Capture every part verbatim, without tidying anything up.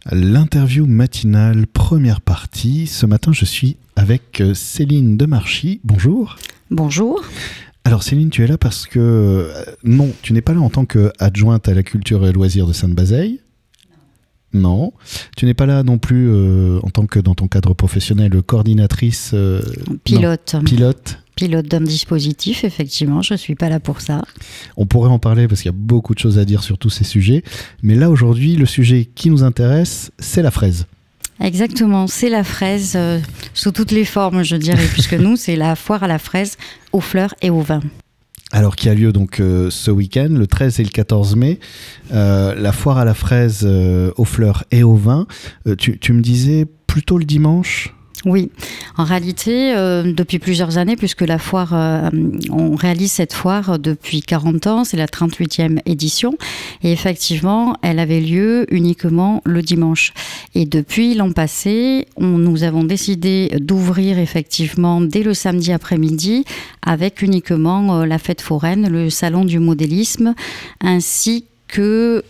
L'interview matinale, première partie. Ce matin, je suis avec Céline Demarchi. Bonjour. Bonjour. Alors Céline, tu es là parce que... Euh, non, tu n'es pas là en tant qu'adjointe à la culture et loisirs de Sainte-Bazeille. Non. Non. Tu n'es pas là non plus euh, en tant que, dans ton cadre professionnel, coordinatrice... Euh, pilote. Non, pilote. Pilote d'un dispositif, effectivement, je ne suis pas là pour ça. On pourrait en parler parce qu'il y a beaucoup de choses à dire sur tous ces sujets. Mais là, aujourd'hui, le sujet qui nous intéresse, c'est la fraise. Exactement, c'est la fraise euh, sous toutes les formes, je dirais, puisque nous, c'est la foire à la fraise, aux fleurs et au vin. Alors, qui a lieu donc euh, ce week-end, le treize et le quatorze mai, euh, la foire à la fraise euh, aux fleurs et au vin. Euh, tu, tu me disais plutôt le dimanche ? Oui, en réalité, euh, depuis plusieurs années, puisque la foire, euh, on réalise cette foire depuis quarante ans, c'est la trente-huitième édition, et effectivement, elle avait lieu uniquement le dimanche. Et depuis l'an passé, on, nous avons décidé d'ouvrir effectivement dès le samedi après-midi, avec uniquement euh, la fête foraine, le salon du modélisme, ainsi que...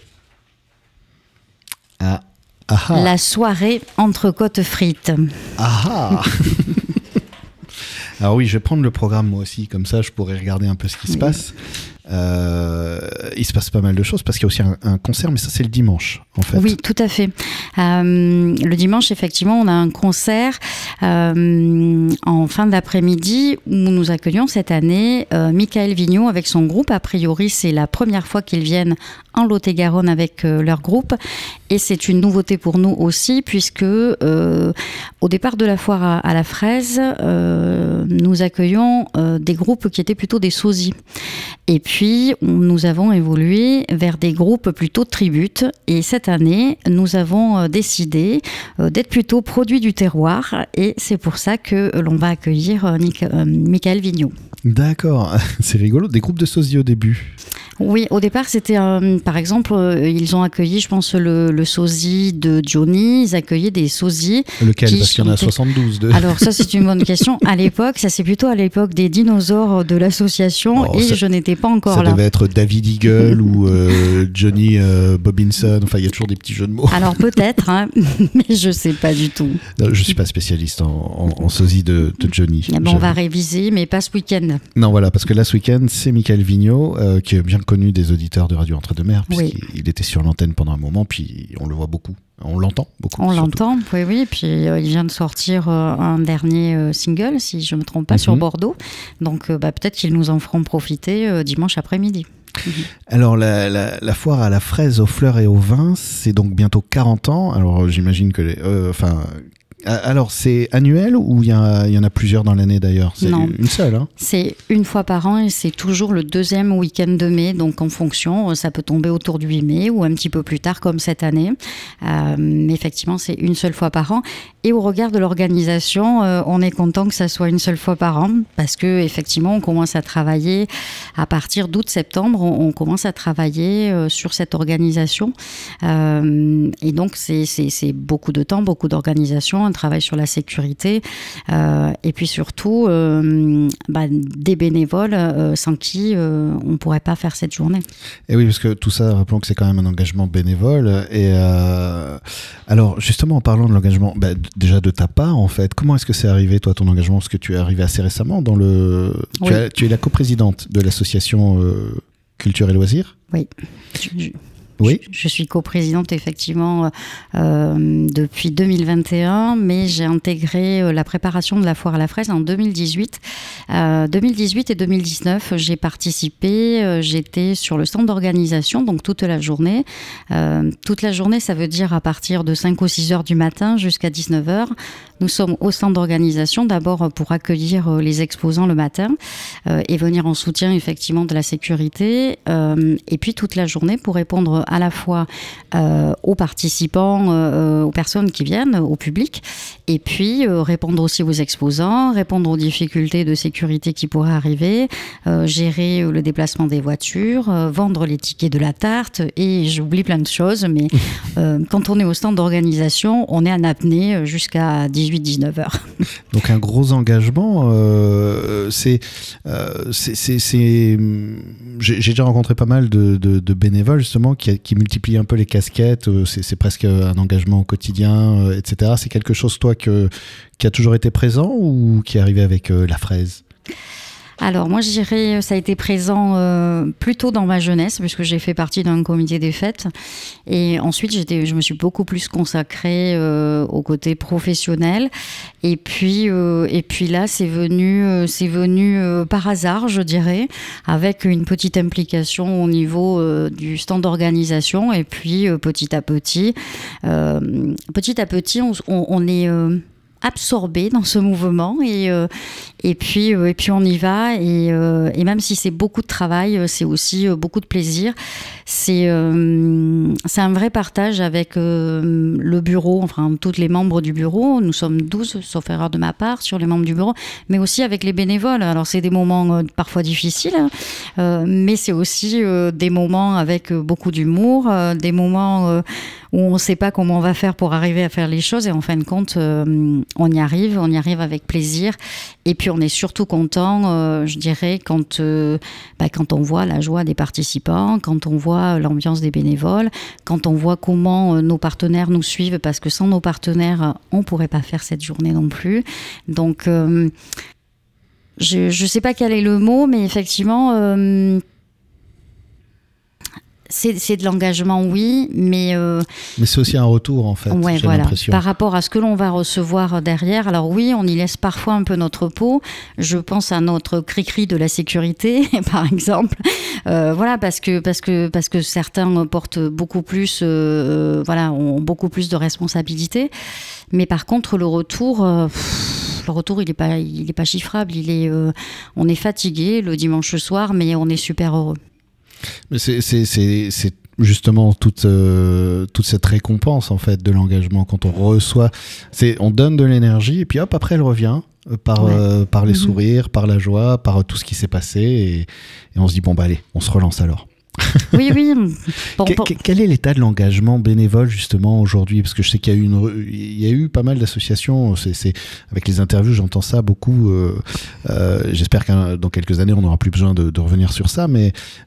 Ah. Aha. La soirée entrecôte frites. Ah. Alors oui, je vais prendre le programme moi aussi, comme ça je pourrais regarder un peu ce qui se passe. Euh, il se passe pas mal de choses parce qu'il y a aussi un, un concert, mais ça c'est le dimanche en fait. Oui, tout à fait. Euh, le dimanche, effectivement, on a un concert euh, en fin d'après-midi où nous accueillons cette année euh, Michael Vigneault avec son groupe. A priori, c'est la première fois qu'ils viennent en Lot-et-Garonne avec euh, leur groupe. Et c'est une nouveauté pour nous aussi, puisque euh, au départ de la foire à, à la fraise, euh, nous accueillons euh, des groupes qui étaient plutôt des sosies. Et puis, on, nous avons évolué vers des groupes plutôt tributes. Et cette année, nous avons euh, décidé euh, d'être plutôt produits du terroir. Et c'est pour ça que l'on va accueillir euh, Nic- euh, Michael Vigneault. D'accord, c'est rigolo. Des groupes de sosies au début. Oui, au départ, c'était, euh, par exemple, euh, ils ont accueilli, je pense, le, le sosie de Johnny. Ils accueillaient des sosies. Lequel ? qui Parce qu'il y en a chantaient... soixante-douze. De... Alors ça, c'est une bonne question. À l'époque, ça c'est plutôt à l'époque des dinosaures de l'association Oh, et ça, je n'étais pas encore ça là. Ça devait être David Eagle ou euh, Johnny euh, Bobinson. Enfin, il y a toujours des petits jeux de mots. Alors peut-être, hein, mais je ne sais pas du tout. Non, je ne suis pas spécialiste en, en, en sosie de, de Johnny. Eh ben, on va réviser, mais pas ce week-end. Non, voilà, parce que là, ce week-end, c'est Michael Vigneault, euh, qui est bien connu des auditeurs de Radio Entre-deux-Mers, puisqu'il oui. il était sur l'antenne pendant un moment, puis on le voit beaucoup. On l'entend beaucoup. On surtout. l'entend, oui, oui. Et puis euh, il vient de sortir euh, un dernier euh, single, si je ne me trompe pas, mm-hmm. sur Bordeaux. Donc euh, bah, peut-être qu'ils nous en feront profiter euh, dimanche après-midi. Mm-hmm. Alors la, la, la foire à la fraise, aux fleurs et au vin, c'est donc bientôt quarante ans. Alors j'imagine que... Les, euh, enfin, alors c'est annuel ou il y, y en a plusieurs dans l'année d'ailleurs ? C'est non, une seule hein ? C'est une fois par an et c'est toujours le deuxième week-end de mai. Donc en fonction, ça peut tomber autour du huit mai ou un petit peu plus tard comme cette année. Euh, mais effectivement, c'est une seule fois par an. Et au regard de l'organisation, euh, on est content que ça soit une seule fois par an parce que effectivement, on commence à travailler à partir d'août-septembre. On, on commence à travailler euh, sur cette organisation. Euh, et donc, c'est, c'est, c'est beaucoup de temps, beaucoup d'organisation, un travail sur la sécurité euh, et puis surtout euh, bah, des bénévoles euh, sans qui euh, on ne pourrait pas faire cette journée. Et oui, parce que tout ça, rappelons que c'est quand même un engagement bénévole. Et euh, alors, justement, en parlant de l'engagement, bah, déjà de ta part, en fait, comment est-ce que c'est arrivé, toi, ton engagement ? Parce que tu es arrivé assez récemment dans le... Oui. Tu, as, tu es la coprésidente de l'association euh, Culture et Loisirs ? Oui. Je, je... Oui. Je, je suis coprésidente effectivement euh, depuis deux mille vingt et un, mais j'ai intégré euh, la préparation de la foire à la fraise en deux mille dix-huit. Euh, deux mille dix-huit et deux mille dix-neuf, j'ai participé, euh, j'étais sur le stand d'organisation, donc toute la journée. Euh, toute la journée, ça veut dire à partir de cinq ou six heures du matin jusqu'à dix-neuf heures. Nous sommes au stand d'organisation, d'abord pour accueillir euh, les exposants le matin euh, et venir en soutien effectivement de la sécurité, euh, et puis toute la journée pour répondre à la fois euh, aux participants, euh, aux personnes qui viennent, au public, et puis euh, répondre aussi aux exposants, répondre aux difficultés de sécurité qui pourraient arriver, euh, gérer euh, le déplacement des voitures, euh, vendre les tickets de la tarte, et j'oublie plein de choses, mais euh, quand on est au stand d'organisation, on est en apnée jusqu'à dix-huit à dix-neuf heures. Donc un gros engagement, euh, c'est, euh, c'est, c'est, c'est... J'ai, j'ai déjà rencontré pas mal de, de, de bénévoles justement qui qui, qui multiplie un peu les casquettes, euh, c'est, c'est presque un engagement au quotidien, euh, et cetera. C'est quelque chose, toi, que, qui a toujours été présent ou qui est arrivé avec euh, la fraise ? Alors moi je dirais ça a été présent euh, plutôt dans ma jeunesse puisque j'ai fait partie d'un comité des fêtes et ensuite j'étais, je me suis beaucoup plus consacrée euh, au côté professionnel et puis, euh, et puis là c'est venu, euh, c'est venu euh, par hasard je dirais avec une petite implication au niveau euh, du stand d'organisation et puis euh, petit à petit euh, petit à petit on, on, on est... Euh, absorbé dans ce mouvement et, euh, et, puis, euh, et puis on y va et, euh, et même si c'est beaucoup de travail, c'est aussi euh, beaucoup de plaisir. C'est, euh, c'est un vrai partage avec euh, le bureau, enfin tous les membres du bureau. Nous sommes douze, sauf erreur de ma part, sur les membres du bureau, mais aussi avec les bénévoles. Alors c'est des moments euh, parfois difficiles, hein, euh, mais c'est aussi euh, des moments avec euh, beaucoup d'humour, euh, des moments euh, où on ne sait pas comment on va faire pour arriver à faire les choses et en fin de compte, euh, on y arrive, on y arrive avec plaisir. Et puis on est surtout content, euh, je dirais, quand, euh, bah, quand on voit la joie des participants, quand on voit l'ambiance des bénévoles, quand on voit comment euh, nos partenaires nous suivent, parce que sans nos partenaires, on ne pourrait pas faire cette journée non plus. Donc, euh, je ne sais pas quel est le mot, mais effectivement... Euh, C'est, c'est de l'engagement, oui, mais... Euh, mais c'est aussi un retour, en fait, ouais, j'ai voilà, l'impression. Par rapport à ce que l'on va recevoir derrière. Alors oui, on y laisse parfois un peu notre peau. Je pense à notre cri-cri de la sécurité, par exemple. Euh, voilà, parce que, parce, que, parce que certains portent beaucoup plus, euh, voilà, ont beaucoup plus de responsabilités. Mais par contre, le retour... Euh, pff, le retour, il n'est pas, il est pas chiffrable. Il est, euh, on est fatigué le dimanche soir, mais on est super heureux. Mais c'est, c'est, c'est, c'est justement toute, euh, toute cette récompense en fait de l'engagement quand on reçoit, c'est, on donne de l'énergie et puis hop après elle revient par, ouais. euh, par les mm-hmm. sourires, par la joie, par tout ce qui s'est passé et, et on se dit bon bah allez, on se relance alors. Oui, oui. Bon, que, bon. Quel est l'état de l'engagement bénévole justement aujourd'hui ? Parce que je sais qu'il y a eu, une, il y a eu pas mal d'associations. C'est, c'est, avec les interviews, j'entends ça beaucoup. Euh, euh, j'espère que dans quelques années, on n'aura plus besoin de, de revenir sur ça. Mais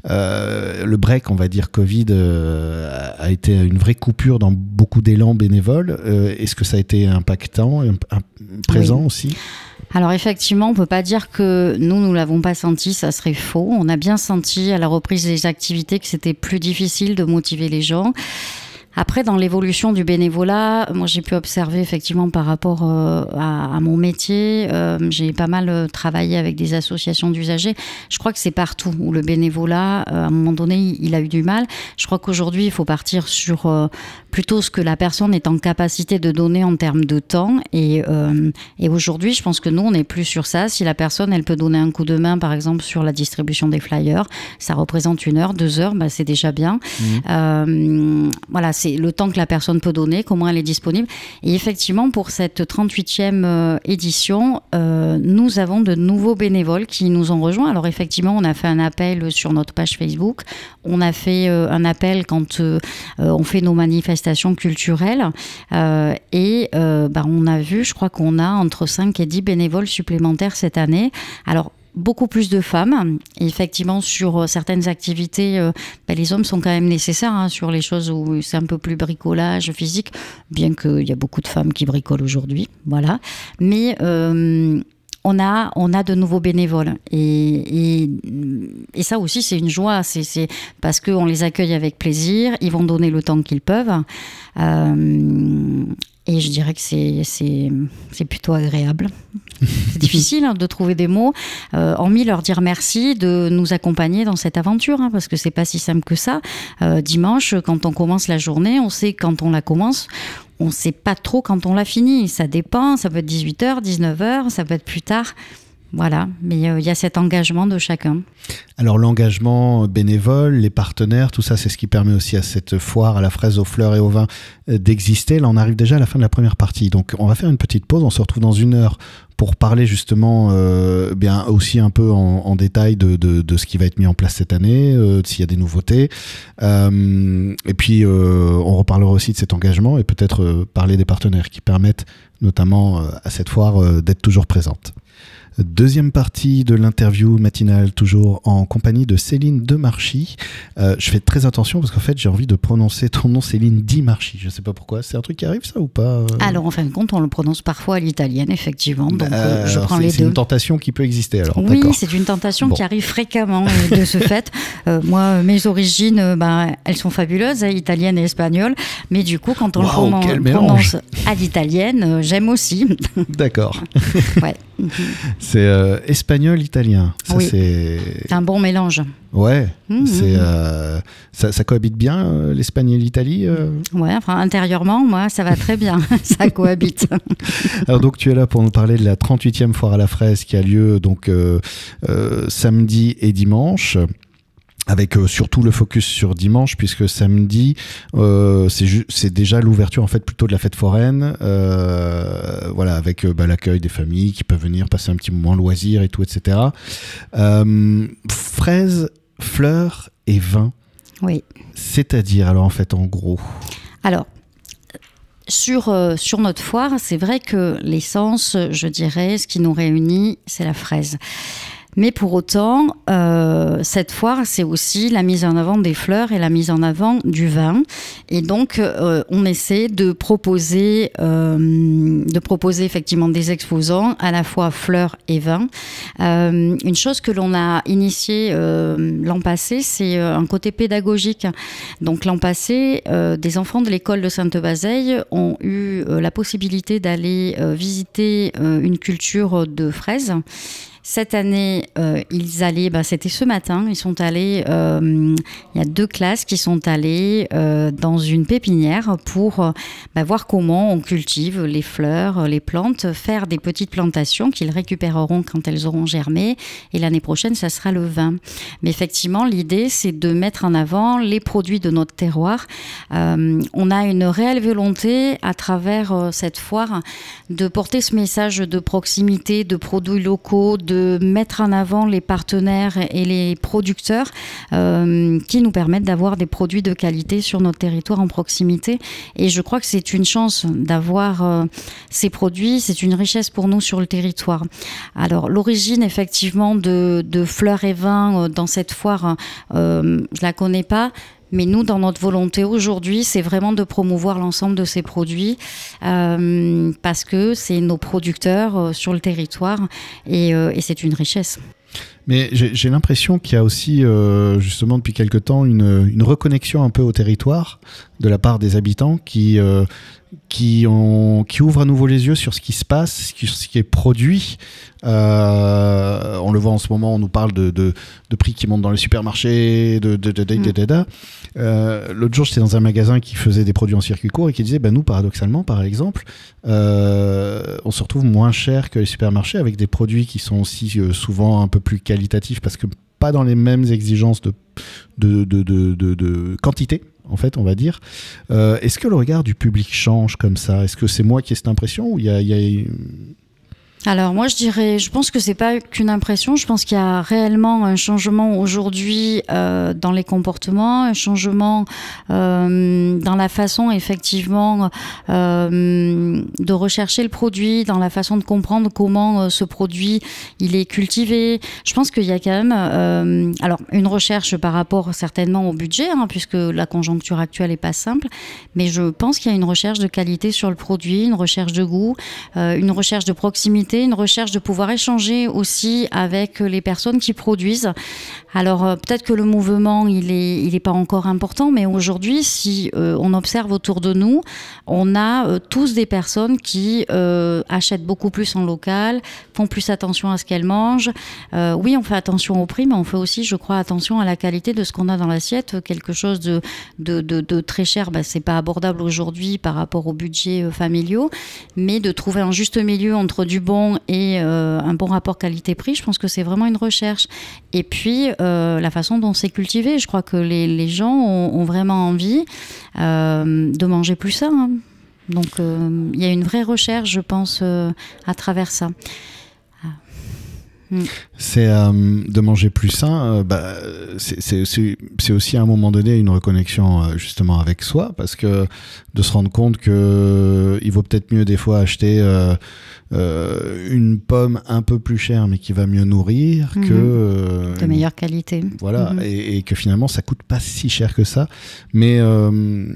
euh, le break, on va dire, Covid, euh, a été une vraie coupure dans beaucoup d'élan bénévoles. Euh, est-ce que ça a été impactant, un, un, présent oui. aussi ? Alors effectivement, on ne peut pas dire que nous, nous ne l'avons pas senti, ça serait faux. On a bien senti à la reprise des activités que c'était plus difficile de motiver les gens. Après, dans l'évolution du bénévolat, moi j'ai pu observer effectivement par rapport euh, à, à mon métier, euh, j'ai pas mal euh, travaillé avec des associations d'usagers. Je crois que c'est partout où le bénévolat, euh, à un moment donné, il, il a eu du mal. Je crois qu'aujourd'hui, il faut partir sur euh, plutôt ce que la personne est en capacité de donner en termes de temps. Et, euh, et aujourd'hui, je pense que nous, on n'est plus sur ça. Si la personne, elle peut donner un coup de main, par exemple, sur la distribution des flyers, ça représente une heure, deux heures, bah, c'est déjà bien. Mmh. Euh, voilà, c'est le temps que la personne peut donner, comment elle est disponible. Et effectivement, pour cette trente-huitième euh, édition, euh, nous avons de nouveaux bénévoles qui nous ont rejoints. Alors effectivement, on a fait un appel sur notre page Facebook. On a fait euh, un appel quand euh, on fait nos manifestations culturelles. Euh, et euh, bah, on a vu, je crois qu'on a entre cinq et dix bénévoles supplémentaires cette année. Alors, beaucoup plus de femmes. Et effectivement, sur certaines activités, euh, ben les hommes sont quand même nécessaires, hein, sur les choses où c'est un peu plus bricolage physique, bien qu'il y a beaucoup de femmes qui bricolent aujourd'hui. Voilà. Mais euh, on a, on a de nouveaux bénévoles. Et, et, et ça aussi, c'est une joie. C'est, c'est parce qu'on les accueille avec plaisir. Ils vont donner le temps qu'ils peuvent. Euh, Et je dirais que c'est, c'est, c'est plutôt agréable. C'est difficile hein, de trouver des mots, euh, hormis leur dire merci de nous accompagner dans cette aventure, hein, parce que c'est pas si simple que ça. Euh, dimanche, quand on commence la journée, on sait quand on la commence, on sait pas trop quand on la finit. Ça dépend, ça peut être dix-huit heures, dix-neuf heures, ça peut être plus tard. Voilà, mais il euh, y a cet engagement de chacun. Alors l'engagement bénévole, les partenaires, tout ça, c'est ce qui permet aussi à cette foire à la fraise, aux fleurs et au vin euh, d'exister. Là, on arrive déjà à la fin de la première partie. Donc, on va faire une petite pause. On se retrouve dans une heure pour parler justement euh, bien aussi un peu en, en détail de, de, de ce qui va être mis en place cette année, euh, s'il y a des nouveautés. Euh, et puis, euh, on reparlera aussi de cet engagement et peut-être euh, parler des partenaires qui permettent notamment euh, à cette foire euh, d'être toujours présente. Deuxième partie de l'interview matinale, toujours en compagnie de Céline Demarchi. Euh, je fais très attention parce qu'en fait, j'ai envie de prononcer ton nom, Céline Dimarchi. Je ne sais pas pourquoi. C'est un truc qui arrive, ça, ou pas? Alors, en fin de compte, on le prononce parfois à l'italienne, effectivement. Donc, euh, euh, je prends les deux. C'est une tentation qui peut exister, alors. Oui, d'accord. c'est une tentation Bon. qui arrive fréquemment de ce fait. Euh, moi, mes origines, euh, bah, elles sont fabuleuses, hein, italiennes et espagnoles. Mais du coup, quand on wow, le prononce, prononce à l'italienne, euh, j'aime aussi. D'accord. Ouais. C'est euh, espagnol-italien. Ça, oui. c'est... c'est un bon mélange. Ouais. Mmh, c'est, mmh. euh, ça, ça cohabite bien, euh, l'Espagne et l'Italie euh... Ouais, enfin, intérieurement, moi, ça va très bien. Ça cohabite. Alors, donc, tu es là pour nous parler de la trente-huitième foire à la fraise qui a lieu donc, euh, euh, samedi et dimanche. Avec euh, surtout le focus sur dimanche, puisque samedi, euh, c'est, ju- c'est déjà l'ouverture en fait plutôt de la fête foraine, euh, voilà, avec euh, bah, l'accueil des familles qui peuvent venir passer un petit moment loisir et tout, et cetera. Euh, fraises, fleurs et vin. Oui. C'est-à-dire, alors en fait, en gros. Alors. Sur, euh, sur notre foire, c'est vrai que l'essence, je dirais, ce qui nous réunit, c'est la fraise. Mais pour autant, euh, cette foire, c'est aussi la mise en avant des fleurs et la mise en avant du vin. Et donc, euh, on essaie de proposer, euh, de proposer effectivement des exposants à la fois fleurs et vin. Euh, une chose que l'on a initiée euh, l'an passé, c'est un côté pédagogique. Donc, l'an passé, euh, des enfants de l'école de Sainte-Bazeille ont eu euh, la possibilité d'aller euh, visiter euh, une culture de fraises. Cette année, euh, ils allaient, bah, c'était ce matin, ils sont allés, euh, il y a deux classes qui sont allées euh, dans une pépinière pour euh, bah, voir comment on cultive les fleurs, les plantes, faire des petites plantations qu'ils récupéreront quand elles auront germé. Et l'année prochaine, ça sera le vin. Mais effectivement, l'idée, c'est de mettre en avant les produits de notre terroir. Euh, on a une réelle volonté, à travers euh, cette foire, de porter ce message de proximité, de produits locaux, de de mettre en avant les partenaires et les producteurs euh, qui nous permettent d'avoir des produits de qualité sur notre territoire en proximité. Et je crois que c'est une chance d'avoir euh, ces produits, c'est une richesse pour nous sur le territoire. Alors, l'origine, effectivement, de, de fleurs et vins euh, dans cette foire, euh, je la connais pas. Mais nous, dans notre volonté aujourd'hui, c'est vraiment de promouvoir l'ensemble de ces produits euh, parce que c'est nos producteurs euh, sur le territoire et, euh, et c'est une richesse. Mais j'ai, j'ai l'impression qu'il y a aussi, euh, justement, depuis quelque temps, une, une reconnexion un peu au territoire de la part des habitants qui, euh, qui, ont, qui ouvrent à nouveau les yeux sur ce qui se passe, sur ce qui est produit. Euh, on le voit en ce moment, on nous parle de, de, de prix qui montent dans les supermarchés, de, de, de, de, de, de, de. Euh, l'autre jour, j'étais dans un magasin qui faisait des produits en circuit court et qui disait, bah, nous, paradoxalement, par exemple, euh, on se retrouve moins cher que les supermarchés avec des produits qui sont aussi euh, souvent un peu plus qualitatifs parce que pas dans les mêmes exigences de, de, de, de, de, de quantité, en fait, on va dire. Euh, est-ce que le regard du public change comme ça? Est-ce que c'est moi qui ai cette impression ou il y a... Y a... Alors moi je dirais, je pense que c'est pas qu'une impression, je pense qu'il y a réellement un changement aujourd'hui euh, dans les comportements, un changement euh, dans la façon effectivement euh, de rechercher le produit, dans la façon de comprendre comment euh, ce produit il est cultivé. Je pense qu'il y a quand même euh, alors une recherche par rapport certainement au budget, hein, puisque la conjoncture actuelle est pas simple, mais je pense qu'il y a une recherche de qualité sur le produit, une recherche de goût, euh, une recherche de proximité, une recherche de pouvoir échanger aussi avec les personnes qui produisent. Alors euh, peut-être que le mouvement il est il est pas encore important, mais aujourd'hui si euh, on observe autour de nous, on a euh, tous des personnes qui euh, achètent beaucoup plus en local, font plus attention à ce qu'elles mangent. Euh, oui, on fait attention au prix, mais on fait aussi, je crois, attention à la qualité de ce qu'on a dans l'assiette. Quelque chose de de de, de très cher, bah, c'est pas abordable aujourd'hui par rapport aux budgets euh, familiaux, mais de trouver un juste milieu entre du bon et euh, un bon rapport qualité-prix, je pense que c'est vraiment une recherche. Et puis, euh, la façon dont c'est cultivé, je crois que les, les gens ont, ont vraiment envie euh, de manger plus sain. Hein. Donc, euh, il y a une vraie recherche, je pense, euh, à travers ça. Mmh. C'est euh, de manger plus sain. Euh, bah, c'est, c'est, c'est, c'est aussi à un moment donné une reconnexion euh, justement avec soi, parce que de se rendre compte que euh, il vaut peut-être mieux des fois acheter euh, euh, une pomme un peu plus chère mais qui va mieux nourrir mmh. que euh, de meilleure qualité. Voilà, mmh. et, et que finalement ça coûte pas si cher que ça. Mais euh,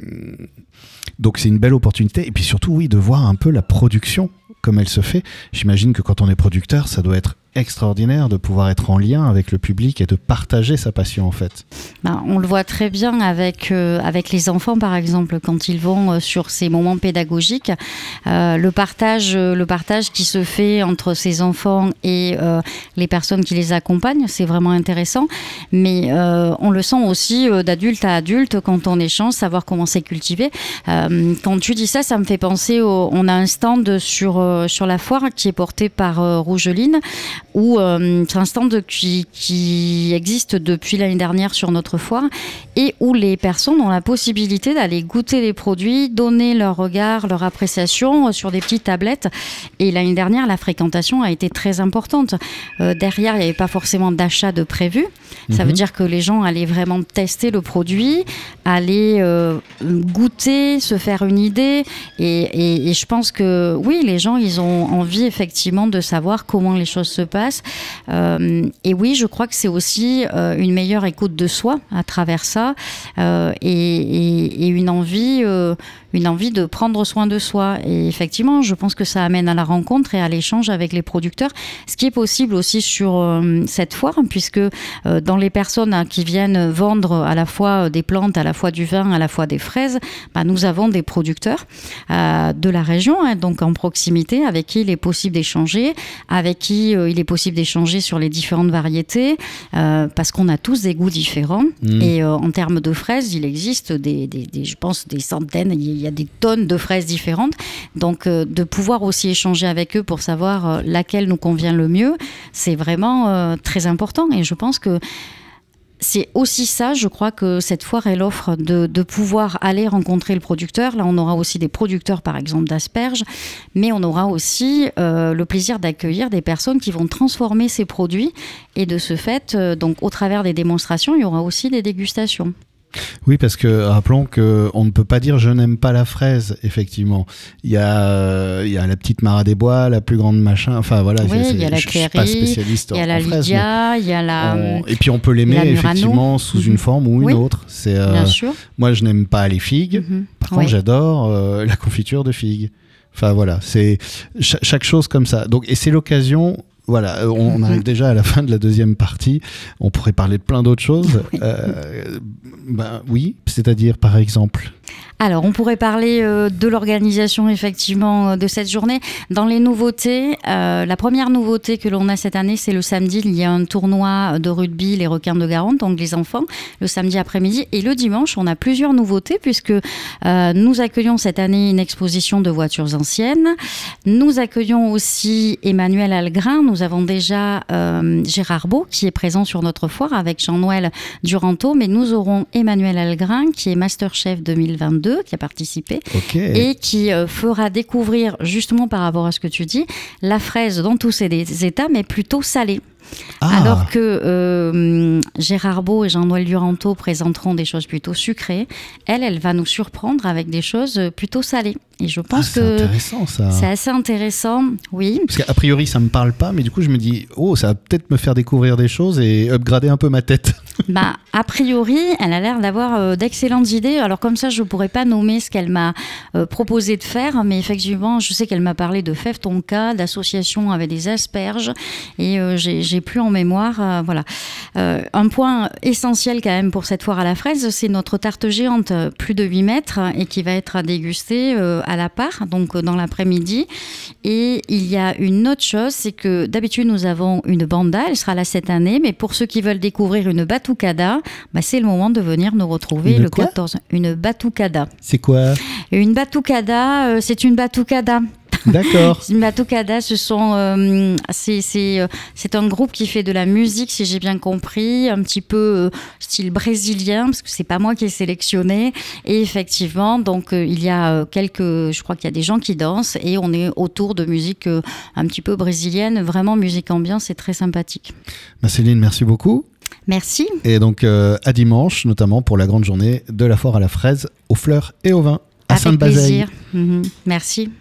donc c'est une belle opportunité, et puis surtout oui de voir un peu la production comme elle se fait. J'imagine que quand on est producteur, ça doit être extraordinaire de pouvoir être en lien avec le public et de partager sa passion en fait. Ben, on le voit très bien avec, euh, avec les enfants par exemple, quand ils vont euh, sur ces moments pédagogiques, euh, le, partage, euh, le partage qui se fait entre ces enfants et euh, les personnes qui les accompagnent, c'est vraiment intéressant, mais euh, on le sent aussi euh, d'adulte à adulte quand on échange, savoir comment c'est cultivé. Euh, quand tu dis ça, ça me fait penser, au, on a un stand sur, euh, sur la foire qui est porté par euh, Rougeline, où euh, c'est un stand qui, qui existe depuis l'année dernière sur notre foire, et où les personnes ont la possibilité d'aller goûter les produits, donner leur regard, leur appréciation sur des petites tablettes. Et l'année dernière, la fréquentation a été très importante. Euh, derrière, il n'y avait pas forcément d'achat de prévu. Mm-hmm. Ça veut dire que les gens allaient vraiment tester le produit, aller euh, goûter, se faire une idée. Et, et, et je pense que oui, les gens, ils ont envie effectivement de savoir comment les choses se passent. Euh, et oui, je crois que c'est aussi euh, une meilleure écoute de soi à travers ça, euh, et, et, et une envie, euh, une envie de prendre soin de soi. Et effectivement, je pense que ça amène à la rencontre et à l'échange avec les producteurs, ce qui est possible aussi sur euh, cette foire, puisque euh, dans les personnes hein, qui viennent vendre à la fois des plantes, à la fois du vin, à la fois des fraises, bah, nous avons des producteurs euh, de la région, hein, donc en proximité, avec qui il est possible d'échanger, avec qui euh, il est possible d'échanger sur les différentes variétés, euh, parce qu'on a tous des goûts différents. Mmh. Et euh, en termes de fraises, il existe des, des, des, je pense, des centaines, il y a des tonnes de fraises différentes. Donc, euh, de pouvoir aussi échanger avec eux pour savoir euh, laquelle nous convient le mieux, c'est vraiment euh, très important. Et je pense que c'est aussi ça, je crois que cette foire, elle offre de, de pouvoir aller rencontrer le producteur. Là, on aura aussi des producteurs, par exemple, d'asperges, mais on aura aussi euh, le plaisir d'accueillir des personnes qui vont transformer ces produits. Et de ce fait, euh, donc, au travers des démonstrations, il y aura aussi des dégustations. Oui, parce que rappelons qu'on ne peut pas dire je n'aime pas la fraise, effectivement. Il y a, euh, il y a la petite Mara des Bois, la plus grande machin, enfin voilà. Oui, il y a la Cléry, il y a la Lydia, il y a la... On... Et puis on peut l'aimer effectivement sous mm-hmm. une forme ou une oui, autre. C'est, euh, bien sûr. Moi, je n'aime pas les figues, mm-hmm. par contre, oui. j'adore euh, la confiture de figues. Enfin voilà, c'est ch- chaque chose comme ça. Donc, et c'est l'occasion... Voilà, on mmh. arrive déjà à la fin de la deuxième partie. On pourrait parler de plein d'autres choses. Oui, euh, ben, oui, c'est-à-dire par exemple. Alors, on pourrait parler euh, de l'organisation, effectivement, de cette journée. Dans les nouveautés, euh, la première nouveauté que l'on a cette année, c'est le samedi. Il y a un tournoi de rugby, les requins de Garonne, donc les enfants, le samedi après-midi. Et le dimanche, on a plusieurs nouveautés, puisque euh, nous accueillons cette année une exposition de voitures anciennes. Nous accueillons aussi Emmanuel Algrin. Nous avons déjà euh, Gérard Beau, qui est présent sur notre foire, avec Jean-Noël Duranteau. Mais nous aurons Emmanuel Algrin, qui est Masterchef deux mille vingt-deux, qui a participé, okay. et qui euh, fera découvrir, justement par rapport à ce que tu dis, la fraise dans tous ses états, mais plutôt salée. Ah. Alors que euh, Gérard Beau et Jean-Noël Duranteau présenteront des choses plutôt sucrées, elle, elle va nous surprendre avec des choses plutôt salées. Et je pense ah, c'est que intéressant, ça. C'est assez intéressant, oui. Parce qu'a priori, ça me parle pas, mais du coup, je me dis, oh, ça va peut-être me faire découvrir des choses et upgrader un peu ma tête. Bah, a priori, elle a l'air d'avoir euh, d'excellentes idées. Alors comme ça, je pourrais pas nommer ce qu'elle m'a euh, proposé de faire, mais effectivement, je sais qu'elle m'a parlé de fèves tonka, d'association avec des asperges, et euh, j'ai, j'ai plus en mémoire. Euh, voilà. Euh, un point essentiel quand même pour cette foire à la fraise, c'est notre tarte géante, plus de huit mètres, et qui va être dégustée euh, à la part, donc dans l'après-midi. Et il y a une autre chose, c'est que d'habitude nous avons une banda, elle sera là cette année, mais pour ceux qui veulent découvrir une batucada, bah c'est le moment de venir nous retrouver une le quoi quatorze. Une batucada. C'est quoi ? Une batucada, euh, c'est une batucada. D'accord. Batucada, ce sont, euh, c'est, c'est, euh, c'est un groupe qui fait de la musique, si j'ai bien compris, un petit peu euh, style brésilien, parce que c'est pas moi qui ai sélectionné. Et effectivement, donc euh, il y a euh, quelques, je crois qu'il y a des gens qui dansent et on est autour de musique euh, un petit peu brésilienne, vraiment musique ambiance, c'est très sympathique. Bah Céline, merci beaucoup. Merci. Et donc euh, à dimanche, notamment pour la grande journée de la foire à la fraise, aux fleurs et aux vins à Sainte-Bazeille. Avec plaisir. Mmh. Merci.